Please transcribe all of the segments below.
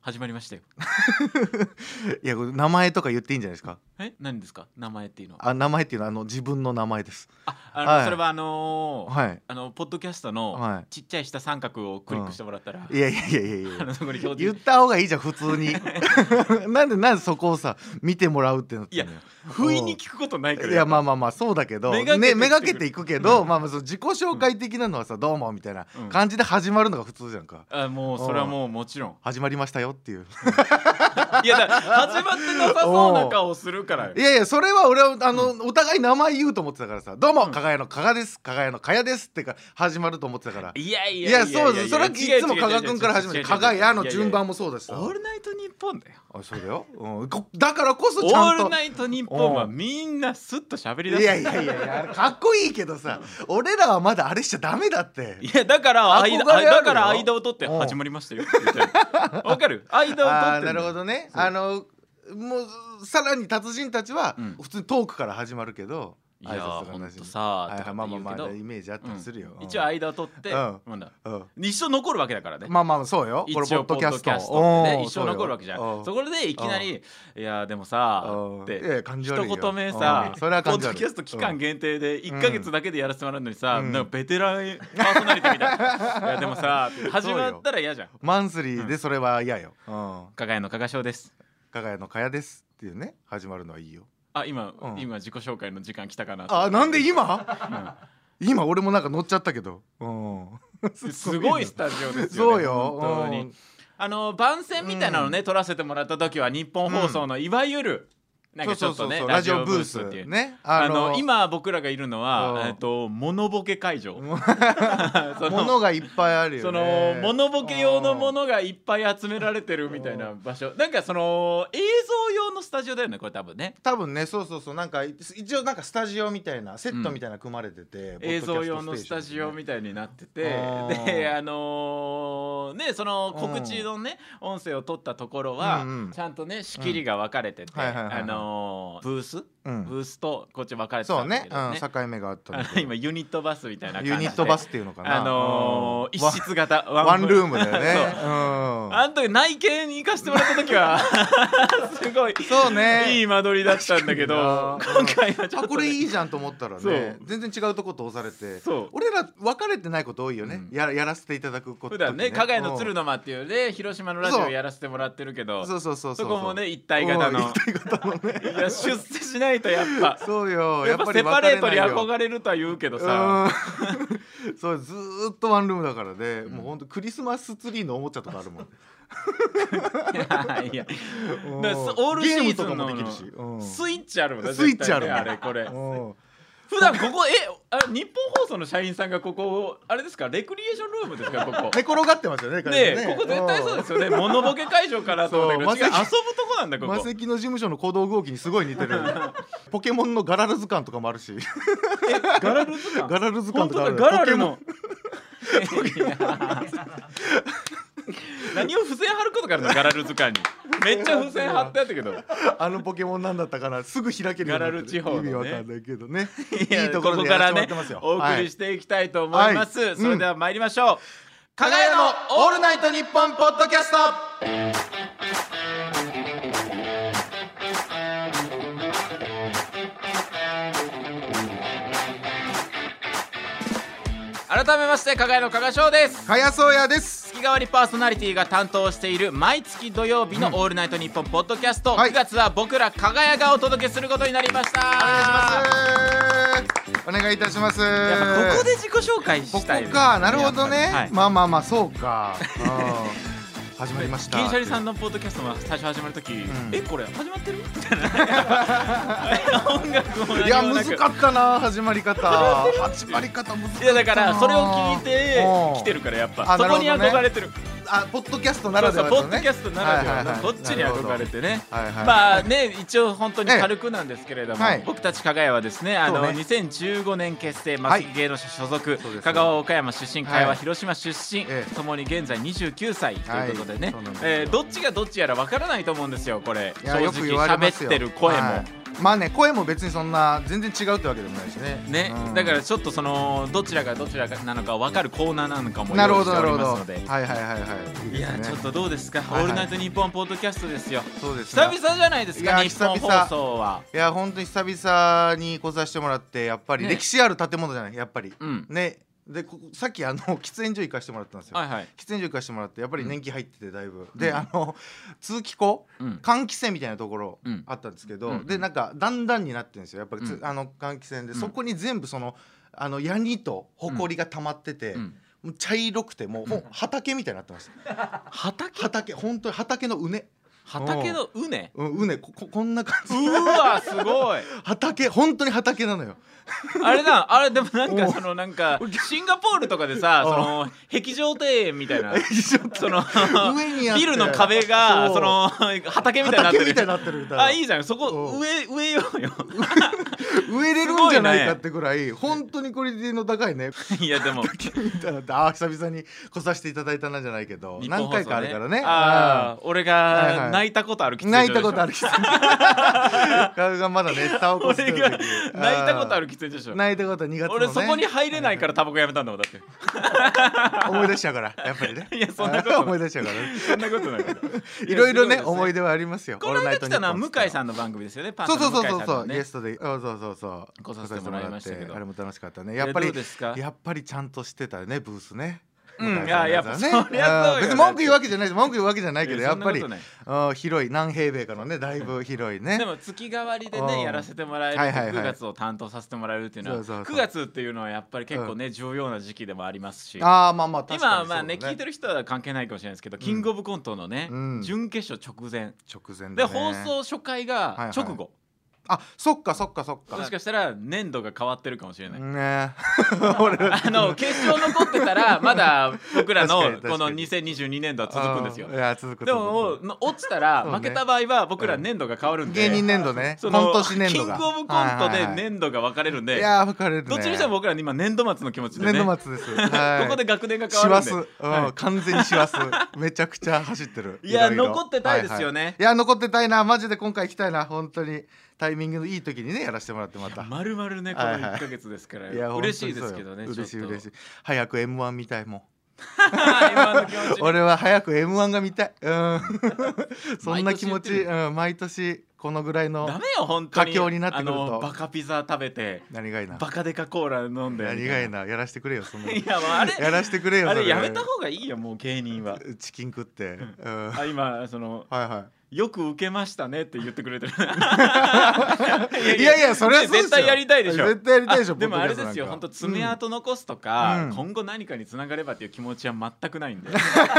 始まりましたよ。 いや、これ名前とか言っていいんじゃないですか。 何ですか名前っていうのは。 名前っていうのは自分の名前です。 はい、それははい、 ポッドキャストのちっちゃい下三角をクリックしてもらったら、 いやそこに表示言った方がいいじゃん普通になんでそこをさ見てもらうってなってんのよ。 不意に聞くことないから。 いやまあそうだけどめがけていくけど、まあその自己紹介的なのはさ、どうもみたいな感じで始まるのが普通じゃんか。 もうそれはもうもちろん始まりましたよっていう。 いやだ始まってなさそうな顔するからよ。 いやそれは俺はお互い名前言うと思ってたからさ、どうも加賀屋の加賀です、加賀屋の加谷ですってか始まると思ってたから。 いやそうです。それはいつも加賀くんから始まる。加賀屋の順番もそうだしさ。 オールナイトニッポンだよ。 そうだよ。だからこそちゃんとオールナイトニッポンはみんなスッと喋り出す。 いやかっこいいけどさ、俺らはまだあれしちゃダメだって。 いやだから間を取って始まりましたよみたいな。わかる？間を取って。 なるほどね。もうさらに達人たちは普通にトークから始まるけど、 いやほんとさまあイメージあったりするよ。 一応間を取って一生残るわけだからね。 まあそうよ。 これポッドキャストって一生残るわけじゃん。そこでいきなりいやでもさって一言目さ、ポッドキャスト期間限定で1ヶ月だけでやらせてもらうのにさ、なんかベテランパーソナリティみたいな。いやでもさ始まったら嫌じゃん。 マンスリーでそれは嫌よ。 加賀屋の加賀翔です。 加賀屋の加谷ですっていうね、始まるのはいいよ。 今自己紹介の時間来たかな。 なんで今今俺もなんか乗っちゃったけど。 すごいスタジオですよね。そうよ本当に。番宣みたいなのね撮らせてもらった時は日本放送のいわゆるなんかちょっとねラジオブースっていうね。今僕らがいるのはモノボケ会場。 物がいっぱいあるよね。 そのモノボケ用のものがいっぱい集められてるみたいな場所。なんかその映像用のスタジオだよねこれ多分ね。 そうなんか一応なんかスタジオみたいなセットみたいな組まれてて、 映像用のスタジオみたいになってて、でねその告知のね音声を取ったところはちゃんとね仕切りが分かれてて、ブースとこっち分かれてたんだけどね。 境目があった。 今ユニットバスみたいな感じで。 ユニットバスっていうのかな。 一室型ワンルームだよね。 あん時内見に行かせてもらった時はすごいいい間取りだったんだけど、今回はちょっとこれいいじゃんと思ったらね全然違うとこと押されて、俺ら分かれてないこと多いよね。やらせていただくこと。 普段ね加賀屋の鶴の間っていうね広島のラジオやらせてもらってるけど、そこもね一体型の。いや出世しないとやっぱそうよ。 やっぱセパレートに憧れるとは言うけどさ、 そうずーっとワンルームだからね。もうほんとクリスマスツリーのおもちゃとかあるもん。 いやオールシーズンのスイッチあるもんね。 スイッチあるあれこれ普段ここ日本放送の社員さんがここあれですかレクリエーションルームですかここ。 寝転がってますよね。 ここ絶対そうですよね。モノボケ会場からと思ったけど遊ぶとこなんだここ。 マセキの事務所の小道具置きにすごい似てる。ポケモンのガラル図鑑とかもあるし。 ガラル図鑑？ ガラル図鑑とかある。 ガラルの何を付箋貼ることがあるのガラル図鑑に。めっちゃ付箋貼ってあったけどポケモンなんだったかな。すぐ開けるようになってる。 ガラル地方のね。 意味わかんないけどね。 いいところでやらせてもらってますよ。お送りしていきたいと思います。それでは参りましょう。加賀屋のオールナイトニッポンポッドキャスト。改めまして加賀屋の加賀翔です。 加谷宗也です。 月替わりパーソナリティが担当している毎月土曜日のオールナイトニッポンポッドキャスト、9月は僕ら加賀屋がお届けすることになりました。 お願いいたします。 やっぱここで自己紹介したい。 ここか。なるほどね。まあそうか。始まりました。 銀シャリさんのポッドキャストが最初始まるとき、これ始まってるみたいな音楽も。 いや難かったな始まり方難しかった。 いやだからそれを聞いて来てるからやっぱそこに憧れてる。 ポッドキャストならではポッドキャストならではのこっちに憧れてね。まあね一応本当に軽くなんですけれども、僕たち加賀屋はですね2015年結成、マセキ芸能者所属、香川岡山出身、加谷は広島出身、ともに現在29歳ということでね、どっちがどっちやらわからないと思うんですよこれ。正直喋ってる声もまあね、声も別にそんな全然違うってわけでもないしね。 ね、だからちょっとそのどちらがどちらなのか分かるコーナーなのかもなる用意しておほどなるほど。 りますので。 はいはいはいはい。 いやちょっとどうですか、オールナイトニッポンポッドキャストですよ。 そうですね。 久々じゃないですか、日本放送は。 いや本当に久々に来させてもらって、やっぱり歴史ある建物じゃない、やっぱりね。でさっき喫煙所行かしてもらったんですよ。喫煙所行かしてもらって、やっぱり年季入っててだいぶ、で通気口、換気扇みたいなところあったんですけど、でなんか段々になってるんですよ、やっぱり換気扇で、そこに全部そのヤニとホコリが溜まってて、もう茶色くて、もう畑みたいになってました。畑、本当に畑の畝。 畑の畝、 こんな感じ。 うわすごい。 畑、本当に畑なのよ。 あれでもなんかそのなんかシンガポールとかでさ、その壁上庭園みたいな、そのビルの壁がその畑みたいになってる。あ、いいじゃん、そこ植えようよ。 植えれるんじゃないかってぐらい本当にクオリティの高いね。 いやでも久々に来させていただいたなじゃないけど、何回かあるからね。 俺が泣いたことある喫煙所でしょ。泣いたことある喫煙所がまだね、タバコ吸ってる時。 泣いたことある喫煙所でしょ。 泣いたことは2月のね。 俺そこに入れないからタバコやめたんだもん、だって。 思い出しちゃうからやっぱりね。 いやそんなこと思い出しちゃうから。 そんなことない。 いろいろね思い出はありますよ。 この間来たのは向井さんの番組ですよね。 そうゲストでそう来させてもらいましたけど、 あれも楽しかったね。やっぱりちゃんとしてたね、ブースね。 いややっぱそりゃそうよ。 別に文句言うわけじゃないけど、やっぱり広い、何平米かのね、だいぶ広いね。 でも月替わりでねやらせてもらえる、9月を担当させてもらえるっていうのは、9月っていうのはやっぱり結構ね重要な時期でもありますし、 今まあね聞いてる人は関係ないかもしれないですけど、キングオブコントのね準決勝直前で、放送初回が直後。 あ、そっか。 もしかしたら年度が変わってるかもしれないね。 決勝残ってたらまだ僕らのこの2022年度は続くんですよ。でも落ちたら負けた場合は僕ら年度が変わるんで、 芸人年度ね、コント師年度がキングオブコントで年度が分かれるんで、 いや分かれるね。 どっちにしても僕ら今年度末の気持ちでね、 年度末です。 ここで学年が変わるんで、 完全に師走めちゃくちゃ走ってる。 いや残ってたいですよね。 いや残ってたいな、マジで今回行きたいな、本当にタイミングのいい時にねやらせてもらって、また丸々ねこの1ヶ月ですから、嬉しいですけどね。 嬉しい。早く M1 見たいもん。俺は早く M1 が見たい。そんな気持ち、毎年このぐらいのダメよ本当に。 佳境になってくるとバカピザ食べて、 何がいいな、 バカデカコーラ飲んで、 何がいいな、やらしてくれよそんな。 いやあれやらしてくれよ、 あれやめた方がいいよ、もう芸人は。 チキン食って今そのよく受けましたねって言ってくれてる。 いやそれは絶対やりたいでしょ。 絶対やりたいでしょ。 でもあれですよ、本当爪痕残すとか今後何かにつながればっていう気持ちは全くないんで、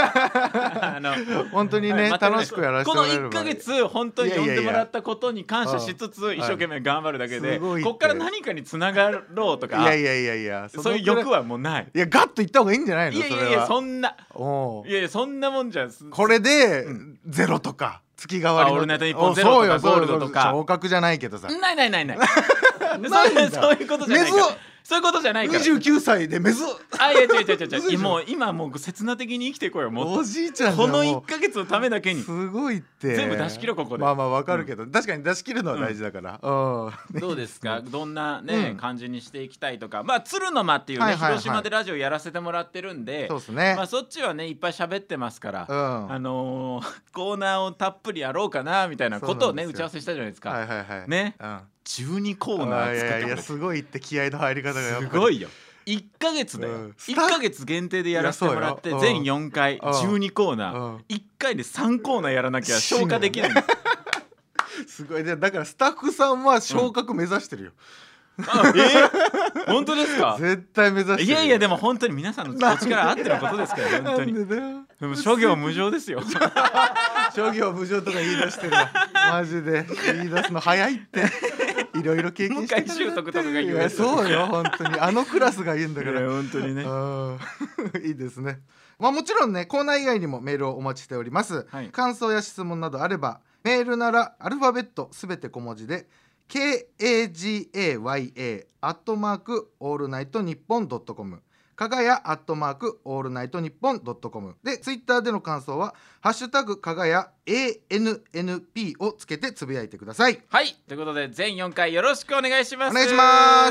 本当にね楽しくやらせてもらえれば。 この1ヶ月本当に呼んでもらったことに感謝しつつ一生懸命頑張るだけで、こっから何かにつながろうとか、 いやそういう欲はもうない。 いやガッといった方がいいんじゃないの。 いやそんな、いやそんなもんじゃ。 これでゼロとか月替わりのオールナイトニッポンゼロとかゴールドとか昇格じゃないけどさ、 ないそういうことじゃないから、そういうことじゃないから。 29歳でメズ。 あ、いや違うもう今もう刹那的に生きていこうよ。もうおじいちゃんこの1ヶ月のためだけにすごいって全部出し切ろう。ここでまあわかるけど、確かに出し切るのは大事だから。 どうですか、どんなね感じにしていきたいとか。まあ鶴の間っていうね広島でラジオやらせてもらってるんで、 そうですね、 まあそっちはねいっぱい喋ってますから、コーナーをたっぷりやろうかなみたいなことをね打ち合わせしたじゃないですか。ね、12コーナー作って。 いやすごいって、気合の入り方がやっぱりすごいよ。1ヶ月だよ、1ヶ月限定でやらせてもらって、全4回12コーナー、1回で3コーナーやらなきゃ消化できない。 すごい。だからスタッフさんは昇格目指してるよ。 本当ですか。 絶対目指してる。 いやでも本当に皆さんのお力あってのことですから本当に。でも諸行無常ですよ。 諸行無常とか言い出してるわマジで。言い出すの早いって。いろいろ経験してる。 向井秀徳とかが言うやつ。 そうよ本当に、あのクラスが言うんだから。 本当にね。 いいですね。まあもちろんねコーナー以外にもメールをお待ちしております。感想や質問などあればメールならアルファベットすべて小文字でKAGAYA @allnightnippon.com かがやオールナイトニッポン.com で、ツイッターでの感想はハッシュタグかがや ANNP をつけてつぶやいてください。 はい、ということで全4回よろしくお願いします。 お願いします。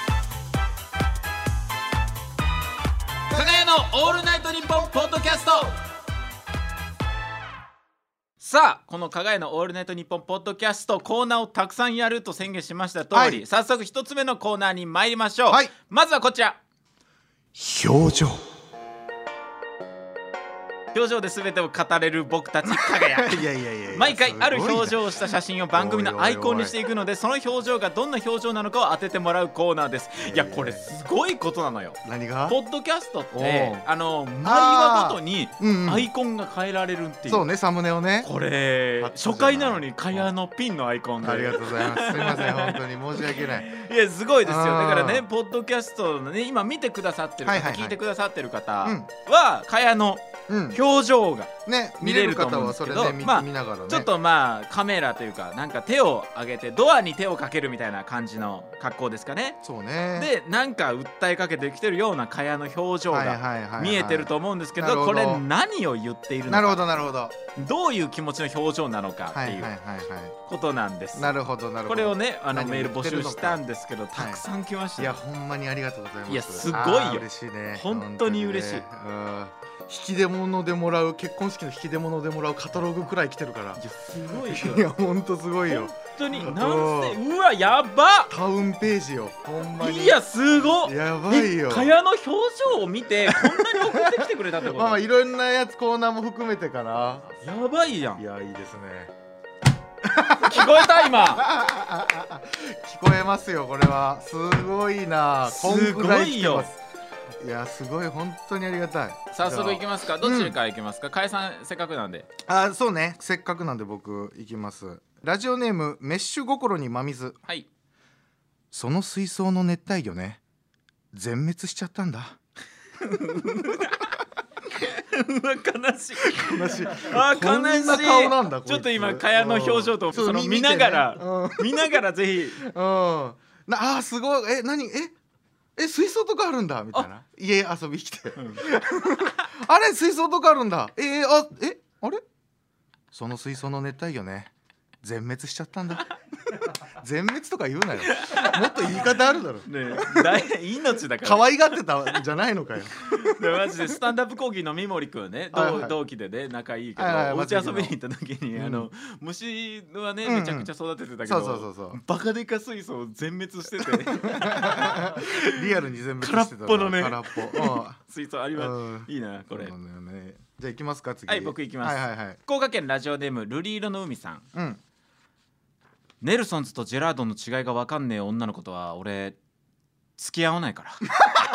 かがやのオールナイトニッポンポッドキャスト。さあ、このかがやのオールナイトニッポンポッドキャストコーナーをたくさんやると宣言しました通り、早速一つ目のコーナーに参りましょう。まずはこちら、 表情。 表情で全てを語れる僕たちかがや毎回ある表情をした写真を番組のアイコンにしていくので、その表情がどんな表情なのかを当ててもらうコーナーです。いや、これすごいことなのよ。 何が？ ポッドキャストって毎話ごとにアイコンが変えられるっていう。 そうね、サムネをね。 これ初回なのにかやのピンのアイコンで。 ありがとうございます。すみません、本当に申し訳ない。 いや、すごいですよ。だからね、ポッドキャストのね、今見てくださってる方、聞いてくださってる方はかやの表情がね、見れる方はそれで見ながらね、 ちょっとカメラというか、なんか手を上げてドアに手をかけるみたいな感じの格好ですかね。 そうね。 で、なんか訴えかけてきてるようなかやの表情が見えてると思うんですけど、これ何を言っているのか、 なるほどなるほど、 どういう気持ちの表情なのかっていうことなんです。 なるほどなるほど。 これをね、メール募集したんですけど、たくさん来ました。 いや、ほんまにありがとうございます。 いや、すごいよ。 嬉しいね。 本当に嬉しい。 引き出物でもらう、結婚式の引き出物でもらうカタログくらい来てるから。 いや、すごいよ。 いや、ほんとすごいよ。 本当に、なんせ、うわ、やば。 タウンページよ、ほんまに。 いや、すごい。 やばいよ。 かやの表情を見てこんなに送ってきてくれたってこと。 まあ、いろんなやつ、コーナーも含めてかな。 やばいやん。 いや、いいですね。 聞こえた今。 聞こえますよ、これは。すごいな。 すごいよ。 いや、すごい、本当にありがたい。 早速いきますか。どっちからいきますか。かやさん、せっかくなんで。 そうね、せっかくなんで僕いきます。ラジオネームメッシュ心に真水。 はい。 その水槽の熱帯魚ね、全滅しちゃったんだ。 うわ、悲しい。 悲しい。 あ、悲しい。 顔なんだ。 ちょっと今かやの表情とその見ながらぜひ。 すごい。何？水槽とかあるんだみたいな。家遊び来て。あれ、水槽とかあるんだ。あれ？その水槽の熱帯魚ね、全滅しちゃったんだ。全滅とか言うなよ。もっと言い方あるだろ。 ねえ、命だから。 可愛がってたんじゃないのかよ。 マジでスタンダップ講義の三森くんね、同期でね、仲いいけど、お家遊びに行った時に虫はね、めちゃくちゃ育ててたけど、バカデカ水槽全滅してて、 リアルに全滅してた。 空っぽのね、水槽あります。いいなこれ。じゃあ行きますか、次。 はい、僕行きます。福岡県ラジオネーム瑠璃色の海さん。ネルソンズとジェラードンの違いが分かんねえ女の子とは俺付き合わないから。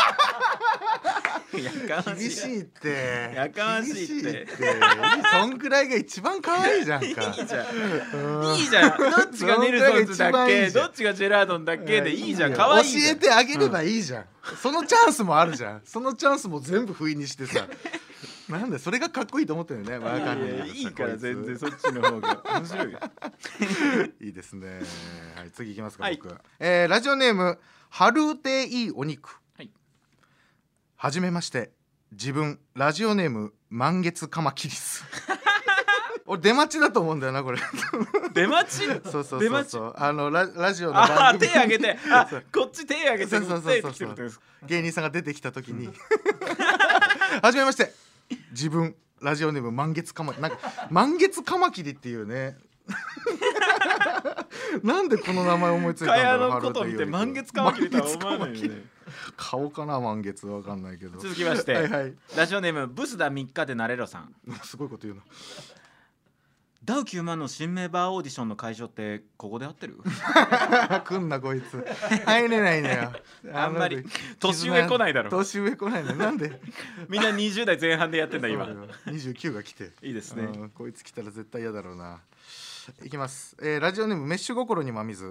厳しいって。 やかましいって。 そんくらいが一番可愛いじゃんか。いいじゃん。どっちがネルソンズだっけ、どっちがジェラードンだっけでいいじゃん。可愛い。 教えてあげればいいじゃん。そのチャンスもあるじゃん。そのチャンスも全部不意にしてさ。なんでそれがかっこいいと思ってるよね。わかんない。 いいから全然そっちの方が面白いよ。 いいですね。はい、次いきますか、僕。ラジオネーム春うていいお肉。はじめまして、自分ラジオネーム満月カマキリス。俺出待ちだと思うんだよな、これ。 出待ち？ そうそうそうそう。ラジオの番組。 手挙げて、こっち手挙げて、 芸人さんが出てきた時に。はじめまして、自分ラジオネーム満月カマキリ、なんか満月カマキリっていうね。なんでこの名前思いついたんだろう。 かやのこと見て満月カマキリとは思わないよね。 顔かな、満月わかんないけど。 続きまして、ラジオネームブスダ3日でなれろさん。 すごいこと言うな。 ダウ9万の新メンバーオーディションの会場ってここで合ってる？ 来んなこいつ。入れないのよ。 あんまり年上来ないだろ。 年上来ないの。なんで？ みんな20代前半でやってんだ今。 29が来て。 いいですね。 こいつ来たら絶対嫌だろうな。いきます。ラジオネームメッシュ心に真水。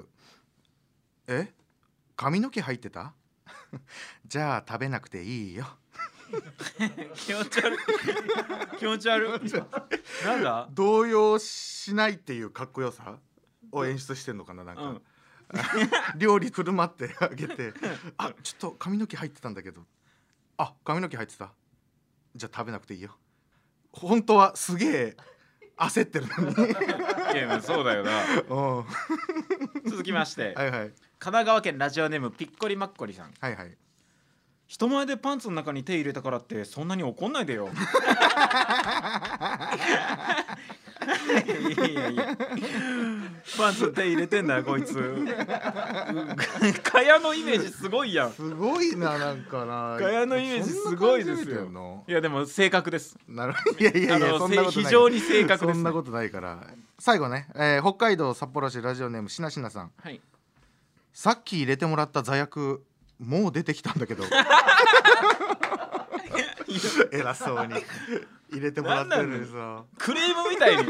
髪の毛入ってた？じゃあ食べなくていいよ。 気持ち悪い。気持ち悪い。なんだ？ 動揺しないっていうかっこよさを演出してんのかな、なんか。料理振る舞ってあげて、ちょっと髪の毛入ってたんだけど、 あ、髪の毛入ってた。じゃあ食べなくていいよ。本当はすげえ焦ってるのに。 いやそうだよな。続きまして、はいはい、神奈川県ラジオネームピッコリマッコリさん。はいはい。人前でパンツの中に手入れたからってそんなに怒んないでよ。いやいやパンツ手入れてんだこいつ。かやのイメージすごいやん。 すごいな、なんかな。 かやのイメージすごいですよ。いやでも正確です。 なるほど。いやいやいや、そんなことない。 非常に正確です。 そんなことないから。最後ね、北海道札幌市ラジオネームしなしなさん。はい。さっき入れてもらった座薬もう出てきたんだけど。偉そうに入れてもらってるんですよ。 クレームみたいに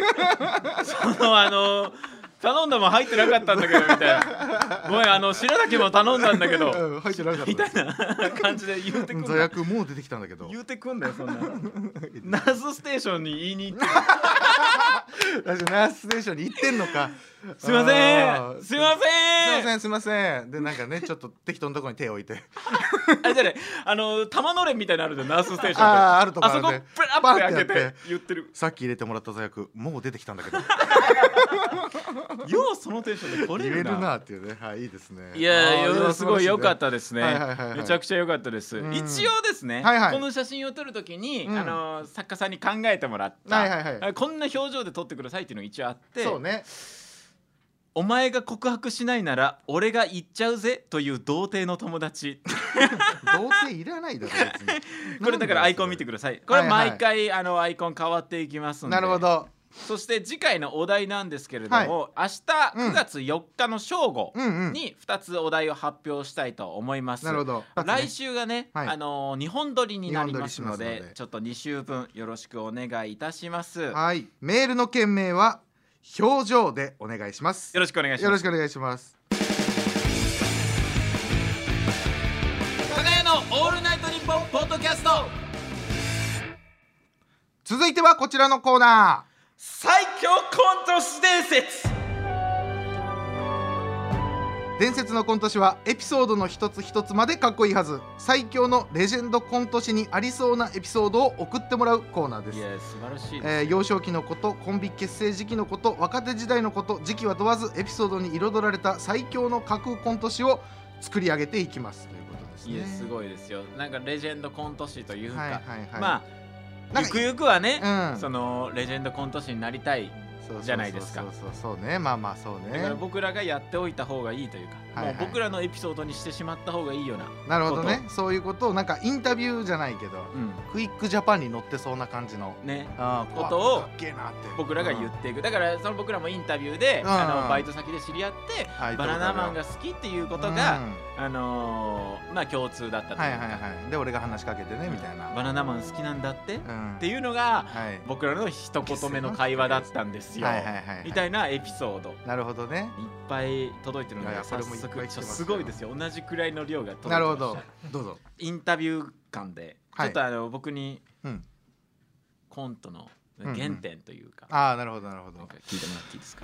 頼んだもん入ってなかったんだけどみたいな。ごめん、白滝も頼んだんだけど、 入ってなかったみたいな感じで言うてくんだ。 座薬もう出てきたんだけど言うてくんだよ。そんなナースステーションに言いに行ってナースステーションに行ってんのか。 すいませんすいませんすいませんで、なんかねちょっと適当なところに手を置いてあれじゃね、玉のれんみたいなのあるじゃん、ナースステーションって。 あるとこあそこプラッて開けて言ってる。 さっき入れてもらった座薬もう出てきたんだけど。 ようそのテンションで来れるな。 言えるなっていうね。はい、いいですね。 いやすごい良かったですね。めちゃくちゃ良かったです。一応ですね、この写真を撮るときに作家さんに考えてもらったこんな表情で撮ってくださいっていうのが一応あって、そうね。お前が告白しないなら俺が言っちゃうぜという童貞の友達。 童貞いらないだろ別に。 これだからアイコン見てください。これ毎回アイコン変わっていきますんで。 なるほど。 そして次回のお題なんですけれども、明日9月4日の正午に2つお題を発表したいと思います。なるほど。来週がね、2本撮りになりますので、ちょっと2週分よろしくお願いいたします。 はい。メールの件名は表情でお願いします。 よろしくお願いします。 よろしくお願いします。 かがやのオールナイトニッポンポッドキャスト。 続いてはこちらのコーナー、 最強コント師伝説。 伝説のコント師はエピソードの一つ一つまでかっこいいはず。最強のレジェンドコント師にありそうなエピソードを送ってもらうコーナーです。 いや素晴らしいです。 幼少期のこと、コンビ結成時期のこと、若手時代のこと、時期は問わずエピソードに彩られた最強の架空コント師を作り上げていきますということですね。 いやすごいですよ。なんかレジェンドコント師というか、まあゆくゆくはね、そのレジェンドコント師になりたいじゃないですか。 そうね。まあまあそうね。 だから僕らがやっておいた方がいいというか、もう僕らのエピソードにしてしまった方がいいような。 なるほどね。そういうことをなんかインタビューじゃないけど、クイックジャパンに載ってそうな感じのねことを僕らが言っていく。だからその僕らもインタビューでバイト先で知り合ってバナナマンが好きっていうことがまあ共通だったというか。 で俺が話しかけてねみたいな。 バナナマン好きなんだってっていうのが僕らの一言目の会話だったんですよ。みたいなエピソード。 なるほどね。 いっぱい届いてるので早速すごいですよ。同じくらいの量が届いてました。 なるほど。どうぞ。 インタビュー感でちょっと僕にコントの原点というか。 ああなるほどなるほど。 聞いてもらっていいですか。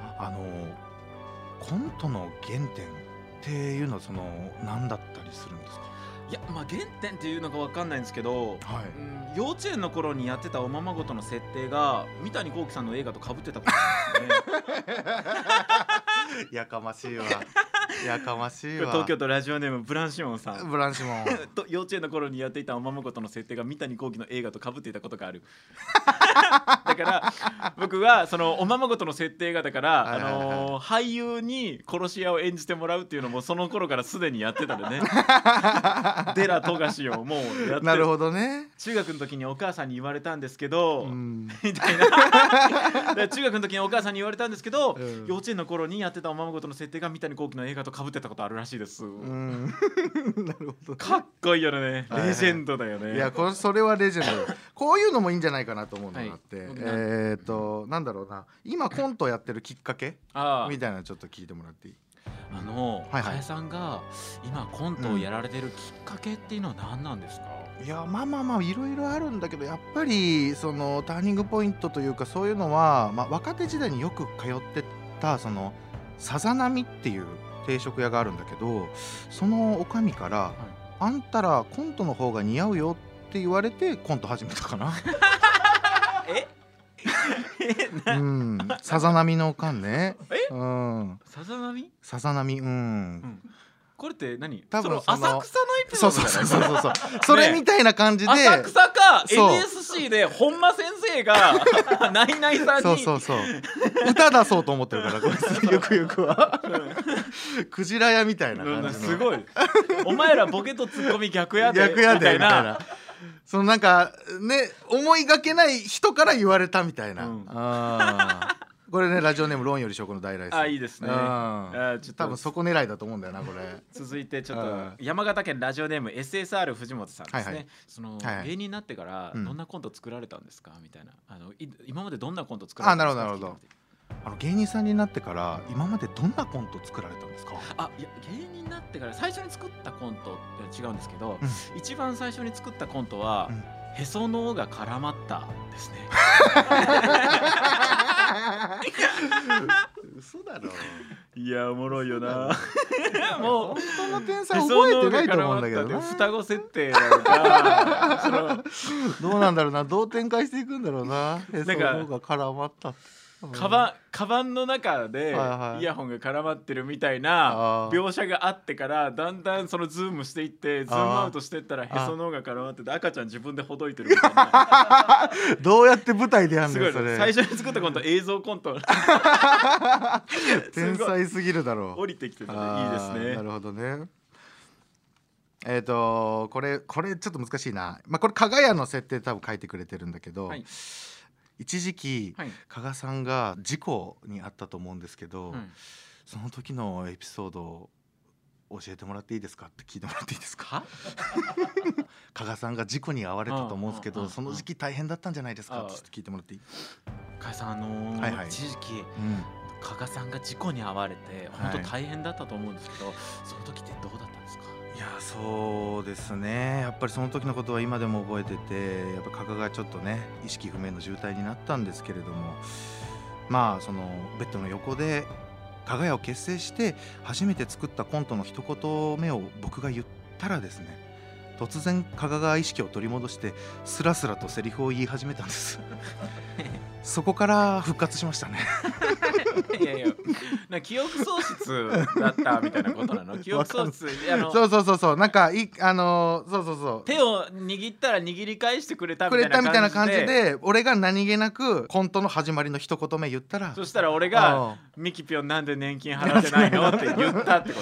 コントの原点っていうのは何だったりするんですか。 いやまあ原点っていうのか分かんないんですけど、幼稚園の頃にやってたおままごとの設定が三谷幸喜さんの映画と被ってたことですね。 やかましいわ。やかましいわ。 東京都ラジオネームブランシモンさん。 ブランシモンと幼稚園の頃にやっていたおままごとの設定が三谷幸喜の映画と被っていたことがある。だから僕はそのおままごとの設定がだから俳優に殺し屋を演じてもらうっていうのもその頃からすでにやってたのね。デラ富樫をもうやって。 なるほどね。 中学の時にお母さんに言われたんですけどみたいな。中学の時にお母さんに言われたんですけど、幼稚園の頃にやってたおままごとの設定が三谷幸喜の映画と被ってたことあるらしいです。 なるほど。 かっこいいよね。レジェンドだよね。 いやそれはレジェンド。こういうのもいいんじゃないかなと思うのがあって、なんだろうな、今コントやってるきっかけみたいなのちょっと聞いてもらっていい？ 加江さんが今コントをやられてるきっかけっていうのは何なんですか？ いやまあいろいろあるんだけど、やっぱりそのターニングポイントというかそういうのは、若手時代によく通ってたそのさざ波っていう定食屋があるんだけど、その女将からあんたらコントの方が似合うよって言われてコント始めたかな。うん、さざ波のおかんね。うん、 さざ波？ さざ波、うん。 これって何？ 多分浅草のエピソードだよね。 そうそれみたいな感じで、 浅草か NSC で本間先生がナイナイさんにそう歌出そうと思ってるからこいつよくよくはクジラ屋みたいな感じの、 すごいお前らボケとツッコミ逆やでみたいな、 そのなんかね思いがけない人から言われたみたいな。これねラジオネーム論より証拠の大来さん。 いいですね。 多分そこ狙いだと思うんだよなこれ。 続いてちょっと山形県ラジオネーム SSR 藤本さんですね。その芸人になってからどんなコント作られたんですかみたいな、今までどんなコント作られたんですか。 なるほど。芸人さんになってから今までどんなコント作られたんですか。 いや芸人になってから最初に作ったコントって違うんですけど、一番最初に作ったコントは、へその緒が絡まったですね。 嘘だろ。 いやおもろいよな。 もう本当の天才覚えてないと思うんだけどな。 双子設定なのかどうなんだろうな、どう展開していくんだろうな。へその緒が絡まった。 カバンの中でイヤホンが絡まってるみたいな描写があってから、だんだんそのズームしていってズームアウトしていったらへその緒が絡まってて赤ちゃん自分でほどいてるみたいな。 どうやって舞台でやんのそれ。 最初に作ったコント映像コント。 天才すぎるだろう。 降りてきてたね。いいですね。 なるほどね。これちょっと難しいな。これ加賀屋の設定多分書いてくれてるんだけど、一時期加賀さんが事故にあったと思うんですけど、その時のエピソードを教えてもらっていいですかって聞いてもらっていいですか。加賀さんが事故に遭われたと思うんですけど、その時期大変だったんじゃないですかって聞いてもらっていい。 加賀さん一時期加賀さんが事故に遭われて本当大変だったと思うんですけど、その時ってどうだったんですか。 いやそうですね、やっぱりその時のことは今でも覚えてて、やっぱ加賀がちょっとね意識不明の重体になったんですけれども、そのベッドの横で加賀屋を結成して初めて作ったコントの一言目を僕が言ったらですね、突然加賀が意識を取り戻してスラスラとセリフを言い始めたんです。そこから復活しましたね。 いや記憶喪失だったみたいなことなの。記憶喪失そうなんかそう手を握ったら握り返してくれたみたいな感じで、 俺が何気なくコントの始まりの一言目言ったら、 そしたら俺がミキピョンなんで年金払ってないのって言ったってこと。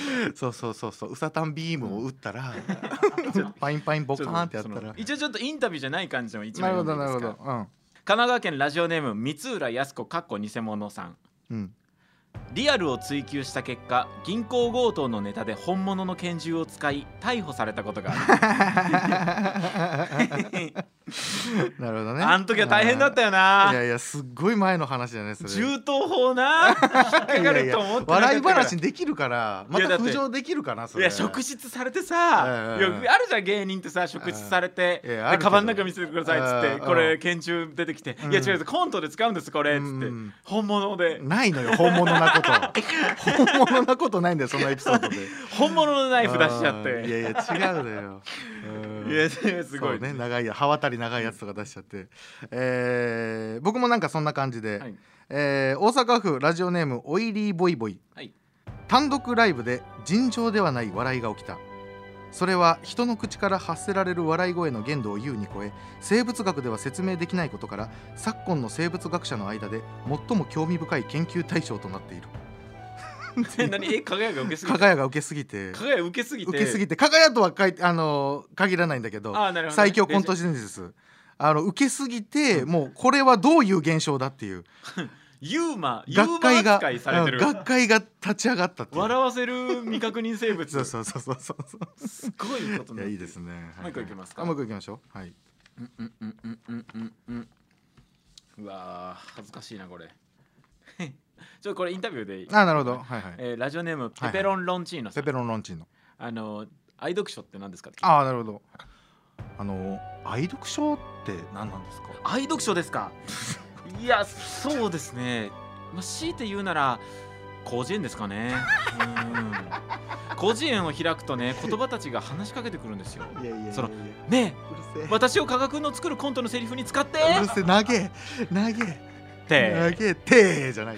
そうウサタンビームを打ったらパインボカーンってやったら、 一応ちょっとインタビューじゃない感じの一枚読んでいいですか。 なるほど。 神奈川県ラジオネーム三浦靖子偽物さん。リアルを追求した結果、銀行強盗のネタで本物の拳銃を使い逮捕されたことがある。 なるほどね。 あの時は大変だったよな。 いやすっごい前の話だねそれ。 銃刀法な引っかかると思って笑い話にできるから、また浮上できるかなそれ。 いや職質されてさ、あるじゃん芸人ってさ、職質されてカバンの中見せてくださいっつって、これ拳銃出てきて、いや違うコントで使うんですこれっつって、本物でないのよ本物なこと。本物なことないんだよそのエピソードで。 本物のナイフ出しちゃって。 いや違うのよ。 いやすごいね、長い刃渡り長いやつとか出しちゃって、僕もなんかそんな感じで、大阪府ラジオネームオイリーボイボイ、単独ライブで尋常ではない笑いが起きた。それは人の口から発せられる笑い声の限度を優に超え、生物学では説明できないことから昨今の生物学者の間で最も興味深い研究対象となっている。 加賀屋が受けすぎて。 加賀屋が受けすぎて。 加賀屋受けすぎて。 加賀屋とは限らないんだけど、最強コント伝説。受けすぎて、もうこれはどういう現象だっていう。 ユーマ扱いされてる。 学会が立ち上がったっていう。 笑わせる未確認生物。 そうすごいことね。 いいですね。 もう一個いきますか。 もう一個いきましょう。はい。 うわ恥ずかしいなこれ。これインタビューでいい。 なるほど。 ラジオネームペペロンロンチーノさん。 ペペロンロンチーノ。 愛読書って何ですか。 なるほど。愛読書って何なんですか。 愛読書ですか。いやそうですね、強いて言うなら広辞苑ですかね。 広辞苑を開くとね、言葉たちが話しかけてくるんですよ。そのねえ、私を加賀くんの作るコントのセリフに使って。 うるせえ、投げてじゃない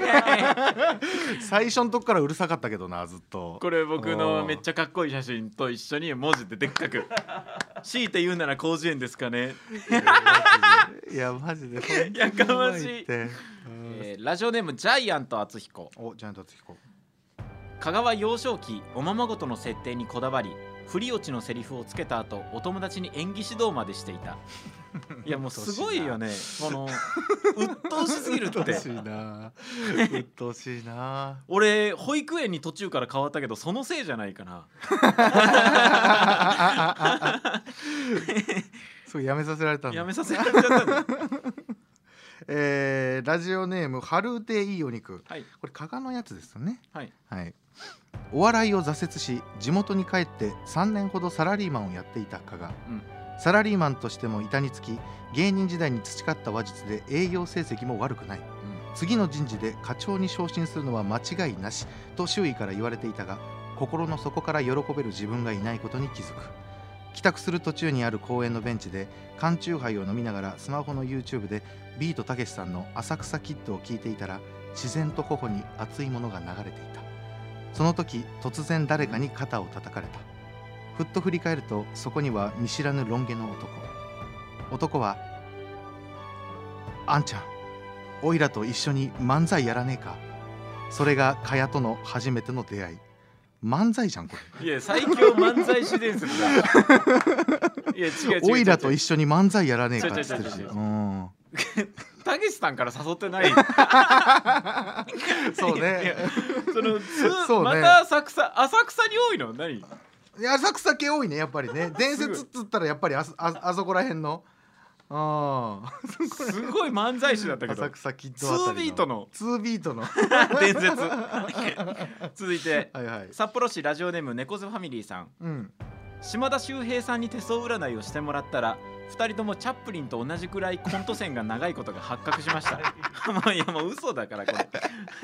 最初のとこからうるさかったけどな、ずっと。 これ僕のめっちゃかっこいい写真と一緒に文字ででっかく強いて言うなら広辞苑ですかね。 いやマジでやかましい。ラジオネームジャイアント厚彦。 ジャイアント厚彦。 香川幼少期おままごとの設定にこだわり、振り落ちのセリフをつけた後お友達に演技指導までしていた。いやもうすごいよね、この鬱陶しすぎるって。 鬱陶しいな。 俺保育園に途中から変わったけどそのせいじゃないかな。 そうやめさせられたんだ。 やめさせられちゃったんだ。 ラジオネーム春うていいお肉、 はい、 これ加賀のやつですよね。 はい、 はい、お笑いを挫折し地元に帰って3年ほどサラリーマンをやっていた加賀、サラリーマンとしても板につき芸人時代に培った話術で営業成績も悪くない、次の人事で課長に昇進するのは間違いなしと周囲から言われていたが、心の底から喜べる自分がいないことに気づく。帰宅する途中にある公園のベンチで缶チューハイを飲みながらスマホの YouTube でビートたけしさんの浅草キッドを聞いていたら、自然と頬に熱いものが流れていた。その時突然誰かに肩を叩かれた。ふっと振り返るとそこには見知らぬロン毛の男は、あんちゃんおいらと一緒に漫才やらねえか。それがかやとの初めての出会い。漫才じゃんこれ。 いや最強漫才師伝説だ。いや違うおいらと一緒に漫才やらねえかって言ってるし、 たけしさんから誘ってない。 そうね。 そうね。また浅草に多いの何？ 浅草系多いねやっぱりね。伝説っつったらやっぱりあそこら辺の。 すごい漫才師だったけど。 浅草キッドあたりの2ビートの伝説。続いて、札幌市ラジオネーム猫背ファミリーさん。島田秀平さんに手相占いをしてもらったら2人ともチャップリンと同じくらいコント線が長いことが発覚しました。いやもう嘘だからこれ。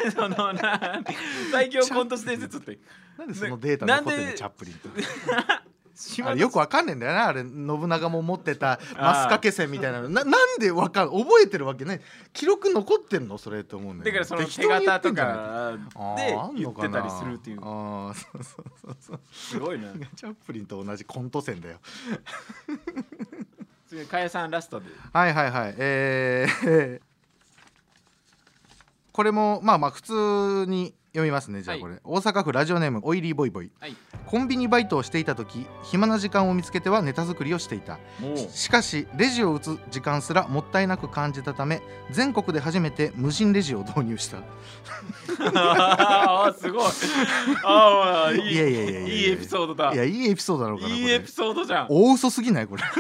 最強コント伝説ってなんでそのデータ残ってんのチャップリンってあれよくわかんねえんだよな。あれ信長も持ってたマス掛け線みたいなのなんでわかん覚えてるわけね。記録残ってんのそれって思うんだよ。 だからその手形とかで言ってたりするっていう。すごいな。 チャップリンと同じコント線だよ。 次かやさんラストで。 はいはいはい。これもまあまあ普通に読みますね。じゃあこれ、大阪府ラジオネームオイリーボイボイ、コンビニバイトをしていた時暇な時間を見つけてはネタ作りをしていた。しかしレジを打つ時間すらもったいなく感じたため全国で初めて無人レジを導入した。 すごい。いいエピソードだ。 いやいいエピソードだろうかな。 いいエピソードじゃん。 大嘘すぎないこれ。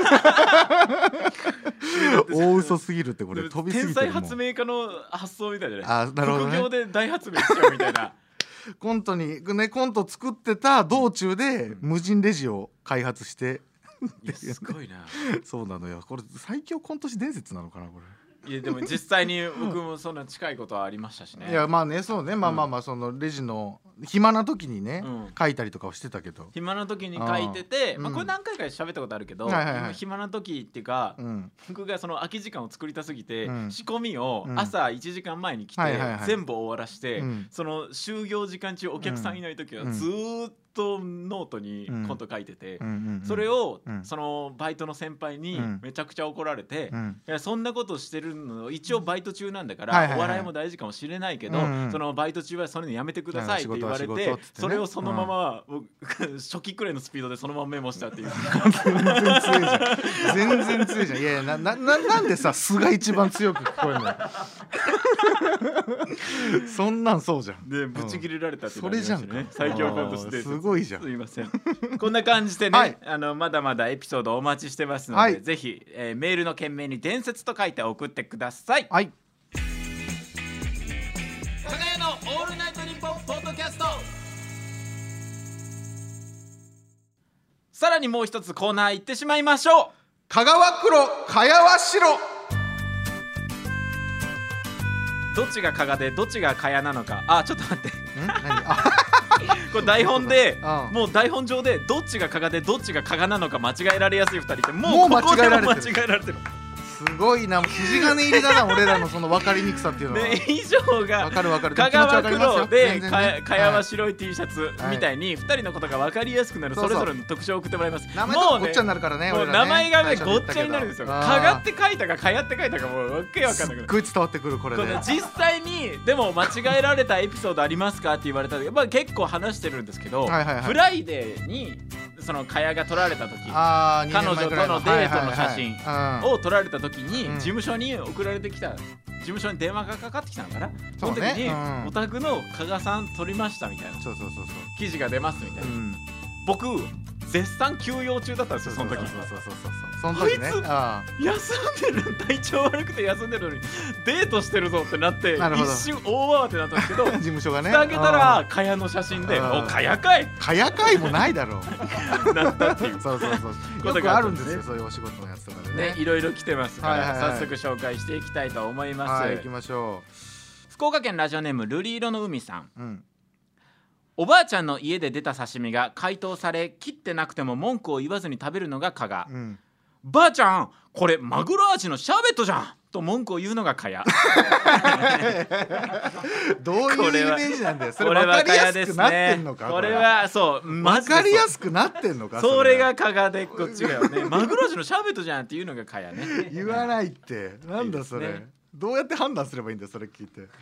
大嘘すぎるってこれ飛びすぎてる。 天才発明家の発想みたいじゃない。 あ、なるほどね。 副業で大発明しちゃうみたいな。 コント作ってた道中で無人レジを開発して、 いやすごいな。 そうなのよ。これ最強コント師伝説なのかなこれ。 いやでも実際に僕もそんな近いことはありましたしね。 いやまあねそうね、まあそのレジの暇な時にね、書いたりとかをしてたけど、 暇な時に書いてて、これ何回か喋ったことあるけど、暇な時っていうか、僕がその空き時間を作りたすぎて、仕込みを朝1時間前に来て全部終わらして、その就業時間中お客さんいない時はずーっとノートにコント書いてて、それをそのバイトの先輩にめちゃくちゃ怒られて、いやそんなことしてるの一応バイト中なんだからお笑いも大事かもしれないけど、そのバイト中はそれやめてくださいって言われて、それをそのまま初期くらいのスピードでそのままメモしたっていう。 全然強いじゃん。いやいやなんでさ素が一番強く聞こえるの。そんなんそうじゃん。 でブチ切れられたっていうのそれじゃんか。 最強コントしてすごいじゃん。 すいません。こんな感じでね、まだまだエピソードお待ちしてますので、ぜひメールの件名に伝説と書いて送ってください。 はい。 かがやのオールナイトニッポンポッドキャスト。さらにもう一つコーナー行ってしまいましょう。 香川黒茅和白。 どっちが加賀でどっちが茅なのか。あ、ちょっと待って。 これ台本でもう台本上でどっちが加賀でどっちが加賀なのか間違えられやすい2人ってもうここでも間違えられてる。 すごいな、筋金入りだな俺らのその分かりにくさっていうのは。 で以上が分かる分かる、 香川黒でかやは白い T シャツみたいに2人のことが分かりやすくなるそれぞれの特徴を送ってもらいます。 名前がごっちゃになるからね。 もう名前がごっちゃになるんですよ。加賀って書いたかかやって書いたかもうわけわかんない。 すっごい伝わってくるこれで。 実際にでも間違えられたエピソードありますかって言われた時、やっぱ結構話してるんですけど、フライデーにそのかやが撮られた時、彼女とのデートの写真を撮られた時に事務所に送られてきた、事務所に電話がかかってきたのかな、その時にお宅の加賀さん撮りましたみたいな記事が出ますみたいな。僕絶賛休養中だったんですよその時。 その時ね、 あいつ休んでる、体調悪くて休んでるのにデートしてるぞってなって一瞬大慌てだったんですけど、 事務所がね蓋開けたらかやの写真で「おかやかい!」 かやかいもないだろうなったっていうそうよくあるんですよそういうお仕事のやつとかでね。 いろいろ来てますから早速紹介していきたいと思います。 はい、行きましょう。 福岡県ラジオネーム瑠璃色の海さん。おばあちゃんの家で出た刺身が解凍され切ってなくても文句を言わずに食べるのが加賀。ばあちゃんこれマグロ味のシャーベットじゃんと文句を言うのがかや。 どういうイメージなんだよ。それ分かりやすくなってんのか。 これはそう分かりやすくなってんのか。 それが加賀でこっちがよね。マグロ味のシャーベットじゃんっていうのがかやね。 言わないってなんだそれ。どうやって判断すればいいんだよそれ聞いて。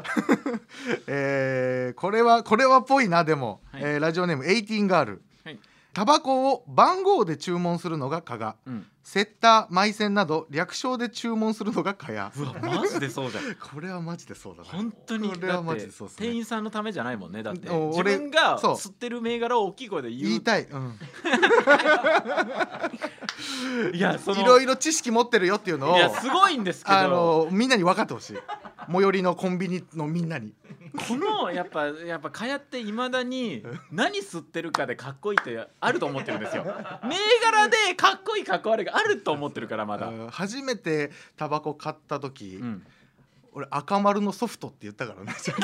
これはっぽいな。でも、ラジオネーム18ガール。タバコを番号で注文するのが加賀、セッター、マイセンなど略称で注文するのが加谷。 うわマジでそうじゃん。 これはマジでそうだな。 本当に。 これはマジでそうですね。 店員さんのためじゃないもんね。だって自分が吸ってる銘柄を大きい声で言いたい。 いやそのいろいろ知識持ってるよっていうのを、 いやすごいんですけどみんなに分かってほしい。最寄りのコンビニのみんなに。 このやっぱかやっていまだに何吸ってるかでかっこいいってあると思ってるんですよ。銘柄でかっこいいかっこ悪いがあると思ってるからまだ。 初めてタバコ買った時、俺赤丸のソフトって言ったからね。す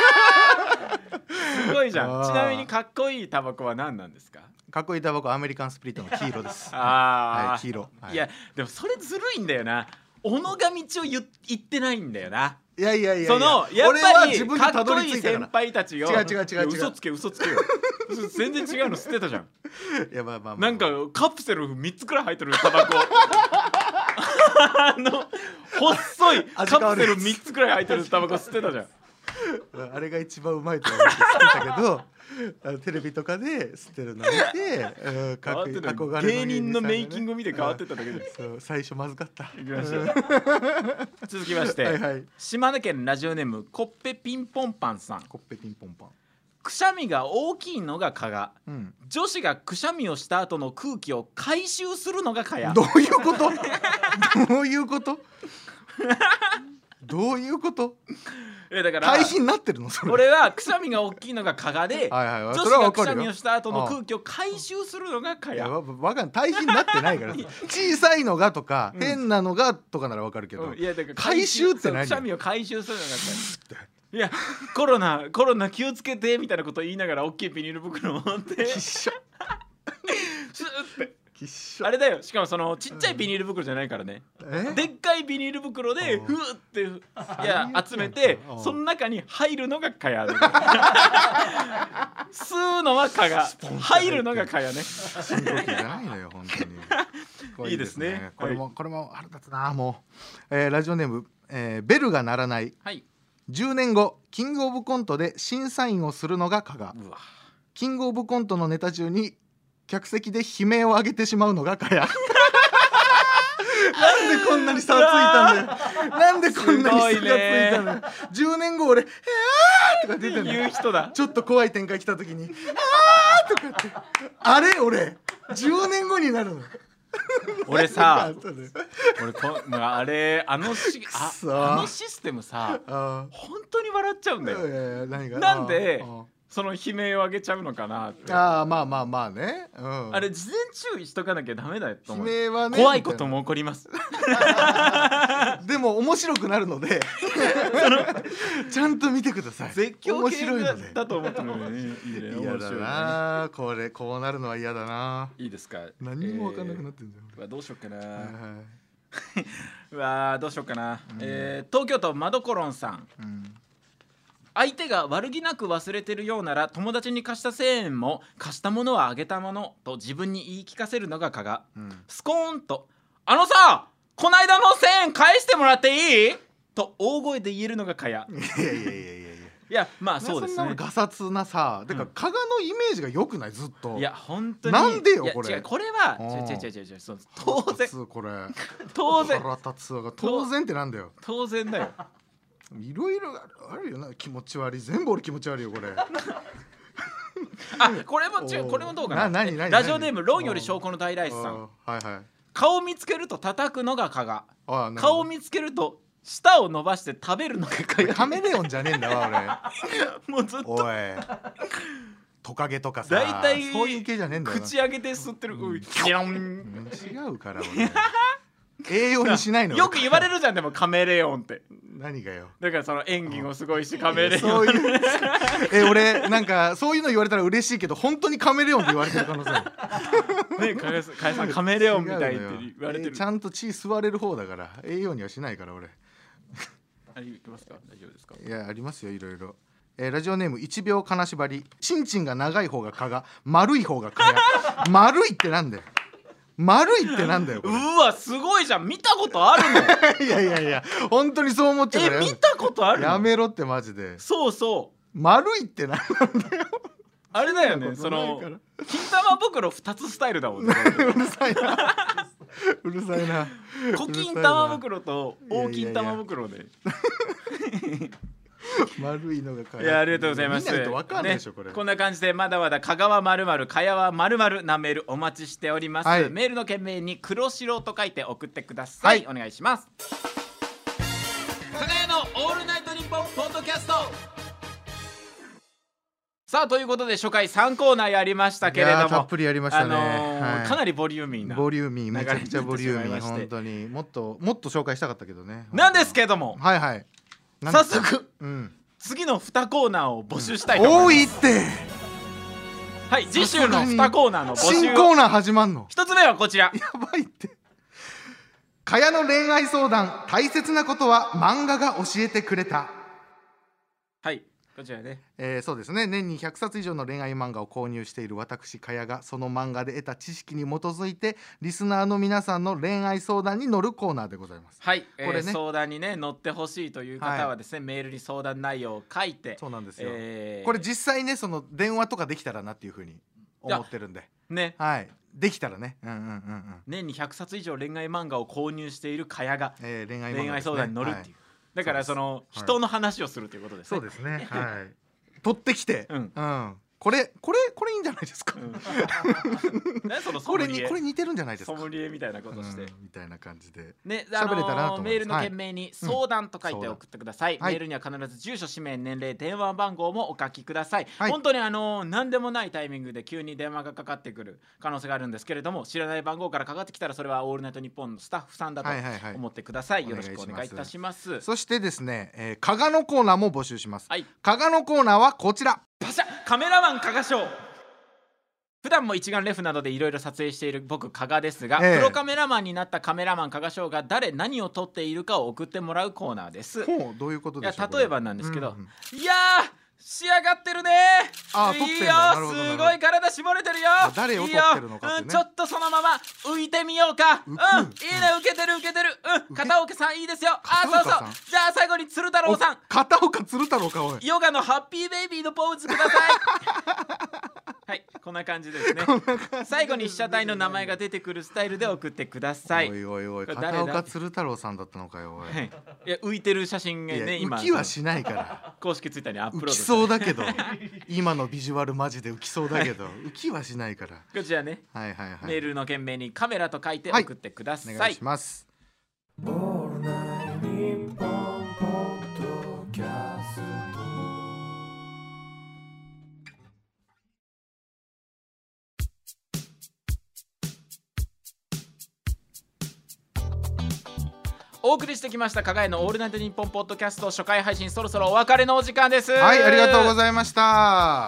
ごいじゃん。ちなみにかっこいいタバコは何なんですか？ かっこいいタバコアメリカンスプリットの黄色です。 はい、 黄色。 いやでもそれずるいんだよな。小野が道を言ってないんだよな。 いやそのやっぱりかっこいい先輩たちを違う嘘つけよ全然違うの吸ってたじゃん。 いやまあなんかカプセル3つくらい入ってるタバコ細いカプセル3つくらい入ってるタバコ吸ってたじゃん。 あれが一番うまいと思って吸ってたけどテレビとかで吸ってるの見て芸人のメイキング見て変わってっただけで最初まずかった。 続きまして島根県ラジオネームコッペピンポンパンさん。 コッペピンポンパン。 くしゃみが大きいのが加賀、女子がくしゃみをした後の空気を回収するのが加谷。 どういうことどういうことどういうことだから対比になってるのそれ。 これはくしゃみが大きいのが加賀で女子がくしゃみをした後の空気を回収するのが加谷。 わかん対比になってないから小さいのがとか変なのがとかならわかるけど、回収って何？ くしゃみを回収するのが加谷。いやコロナ気をつけてみたいなことを言いながら大きいビニール袋を持ってシュッてあれだよ。しかもそのちっちゃいビニール袋じゃないからね、でっかいビニール袋でふーって集めてその中に入るのがかや。吸うのはかが入るのがかやね。 深呼吸じゃないのよ本当に。 いいですね。 これも腹立つなもう。ラジオネームベルが鳴らない。10年後キングオブコントで審査員をするのが加賀。キングオブコントのネタ中に客席で悲鳴を上げてしまうのが加谷。なんでこんなに差ついたんだよ。なんでこんなに差がついたんだよ。10年後俺とか出てる言う人だ。 ちょっと怖い展開来た時にとかってあれ俺10年後になるの。 俺さあのシステムさ本当に笑っちゃうんだよ。なんでその悲鳴を上げちゃうのかなって。 ああ、まあまあまあね、 うん、あれ事前注意しとかなきゃダメだよと思う。 悲鳴はね、 怖いことも起こりますでも面白くなるのでちゃんと見てください。 絶叫系だと思ったのでね。いいね、 嫌だな、こうなるのは嫌だな。 いいですか。 何にも分かんなくなってんじゃん。 どうしよっかな、うわどうしよっかな、東京都マドコロンさん、相手が悪気なく忘れてるようなら友達に貸した1000円も貸したものはあげたものと自分に言い聞かせるのが加賀、スコーンとあのさこないだの1000円返してもらっていいと大声で言えるのが加谷。いやまあそうですね。 そんなガサツなさ、だから加賀のイメージが良くないずっと。 いや本当になんでよこれ。 違うこれは違う当然これ当然腹立つわが当然ってなんだよ。 当然だよ。 いろいろあるよな、気持ち悪い。全部俺気持ち悪いよこれ。 あこれも違う、これもどうかな。ラジオネーム論より証拠の大ライスさん。顔見つけると叩くのが加賀。顔見つけると舌を伸ばして食べるのが加賀。 カメレオンじゃねえんだわ俺。もうずっとおいトカゲとかさ、 大体そういう系じゃねえんだよ。 口上げて吸ってる。 違うから俺。栄養にしないの。 よく言われるじゃんでもカメレオンって。 何がよ。 だからその演技もすごいしカメレオン。 そういう俺なんかそういうの言われたら嬉しいけど本当にカメレオンって言われてる可能性ある。 ね加谷さんカメレオンみたいって言われてる。 ちゃんと血吸われる方だから栄養にはしないから俺。 ありますか。大丈夫ですか。 いやありますよいろいろ。ラジオネーム1秒金縛り。チンチンが長い方が加賀、丸い方が加谷。丸いってなんだよ。丸いってなんだよこれ。 うわすごいじゃん。見たことあるの。 いや本当にそう思っちゃうから。 見たことあるの。やめろってマジで。 そう丸いってなんだよ。 あれだよね、その金玉袋2つスタイルだもんね。 うるさいなうるさいな。 小金玉袋と大金玉袋で丸いのが。 いやありがとうございます。 見ないと分かんないでしょこれ。 こんな感じでまだまだ香川〇〇、茅は〇〇なメールお待ちしております。メールの件名に黒白と書いて送ってください。お願いします。加賀屋のオールナイトニッポンポッドキャスト。さあということで初回3コーナーやりましたけれども、 たっぷりやりましたね。 かなりボリューミーなめちゃくちゃボリューミー。本当にもっと紹介したかったけどね。 なんですけども、早速、次の2コーナーを募集したいと思います。 多いって。 はい、次週の2コーナーの募集。 新コーナー始まんの。 1つ目はこちら。 やばいって。加谷の恋愛相談、大切なことは漫画が教えてくれた。 はい、こちらね。 そうですね。年に100冊以上の恋愛漫画を購入している私加谷がその漫画で得た知識に基づいてリスナーの皆さんの恋愛相談に乗るコーナーでございます。 はい、これね、相談にね乗ってほしいという方はですね、メールに相談内容を書いて。 そうなんですよ。これ実際ねその電話とかできたらなっていうふうに思ってるんでね。 できたらね。 年に100冊以上恋愛漫画を購入している加谷が、 恋愛相談に乗るっていう。だからその人の話をするということですね。 そうですね。取ってきて、これいいんじゃないですか。これ似てるんじゃないですか。 ソムリエみたいなことしてみたいな感じでね。喋れたらと思います。メールの件名に相談と書いて送ってください。メールには必ず住所、氏名、年齢、電話番号もお書きください。本当に何でもないタイミングで急に電話がかかってくる可能性があるんですけれども、知らない番号からかかってきたらそれはオールナイトニッポンのスタッフさんだと思ってください。よろしくお願いいたします。 そしてですね、加賀のコーナーも募集します。加賀のコーナーはこちら。 パシャカメラマン加賀賞。普段も一眼レフなどでいろいろ撮影している僕加賀ですが、プロカメラマンになったカメラマン加賀賞が誰何を撮っているかを送ってもらうコーナーです。 どういうことでしょう。 例えばなんですけど、いやー仕上がってるね。いいよ、すごい体絞れてるよ。 誰を撮ってるのかってね。 ちょっとそのまま浮いてみようか。いいね、受けてる。片岡さんいいですよ。そうそう。じゃあ最後に鶴太郎さん。 片岡鶴太郎か。おい、 ヨガのハッピーベイビーのポーズください。はい、こんな感じですね。最後に被写体の名前が出てくるスタイルで送ってください。 おい片岡鶴太郎さんだったのかよ。 いや浮いてる写真がね、今浮きはしないから公式ツイッターにアップロード。 浮きそうだけど今のビジュアルマジで浮きそうだけど浮きはしないから。 こちらね、メールの件名にカメラと書いて送ってください。 お願いします。 お送りしてきました加賀屋のオールナイトニッポンポッドキャスト初回配信、そろそろお別れのお時間です。 はい、ありがとうございました。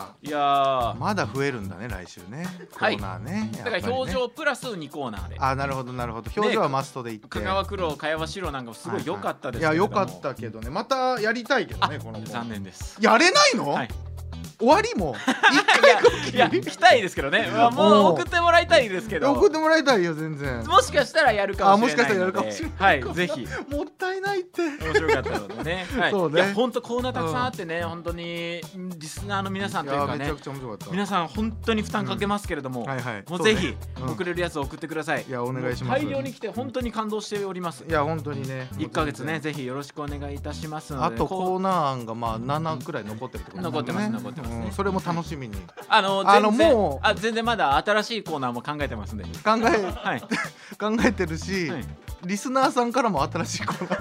いやまだ増えるんだね来週ね、コーナーね、 だから表情プラス2コーナーで。 なるほどなるほど、表情はマストでいって、 香川黒茅場白なんかすごい良かったですけども、 いや良かったけどね、またやりたいけどね、この残念です。 やれないの？終わりもいや来たいですけどね、もう送ってもらいたいですけど、 送ってもらいたいよ全然。 もしかしたらやるかもしれないので、はい、ぜひ。 もったいないって。 面白かったのでね。そうね。いや本当コーナーたくさんあってね、本当にリスナーの皆さんというかね、皆さん本当に負担かけますけれども、もうぜひ送れるやつを送ってください。 いやお願いします。 大量に来て本当に感動しております。 いや本当にね。 1ヶ月ねぜひよろしくお願いいたしますので。 あとコーナー案がまあ7くらい残ってるってことね。 残ってます残ってますね。 それも楽しみに。 もう全然まだ新しいコーナーも考えてますんで。考えてるし、リスナーさんからも新しいコーナ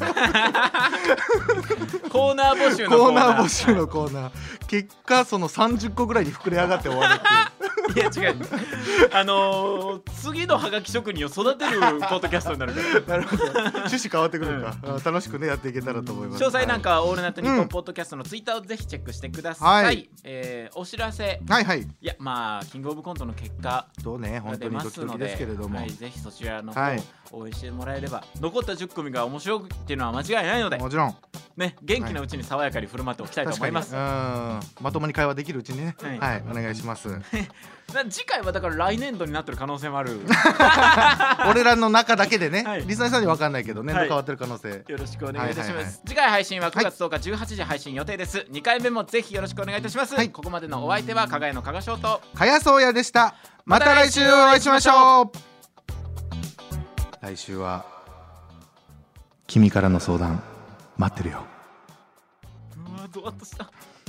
ーコーナー募集のコーナー募集のコーナー、結果その30個ぐらいに膨れ上がって終わるっていういや違う次のハガキ職人を育てるポッドキャストになるからなるほど、趣旨変わってくるか、楽しくねやっていけたらと思います。 詳細なんかオールナイトニッポンポッドキャストのツイッターをぜひチェックしてください。お知らせ、いやまあキングオブコントの結果とね本当にドキドキですけれども、 ぜひそちらの方を応援してもらえれば、残った10組が面白くっていうのは間違いないので、 もちろんね元気なうちに爽やかに振る舞っておきたいと思います。 まともに会話できるうちにね、はいお願いします次回はだから来年度になってる可能性もある俺らの中だけでね、リスナーさんに分かんないけど年度変わってる可能性、 よろしくお願いいたします。次回配信は9月10日18時配信予定です。2回目もぜひよろしくお願いいたします。ここまでのお相手は加賀屋の加賀翔と茅宗也でした。また来週お会いしましょう。来週は君からの相談待ってるよ。 うわドワッとした。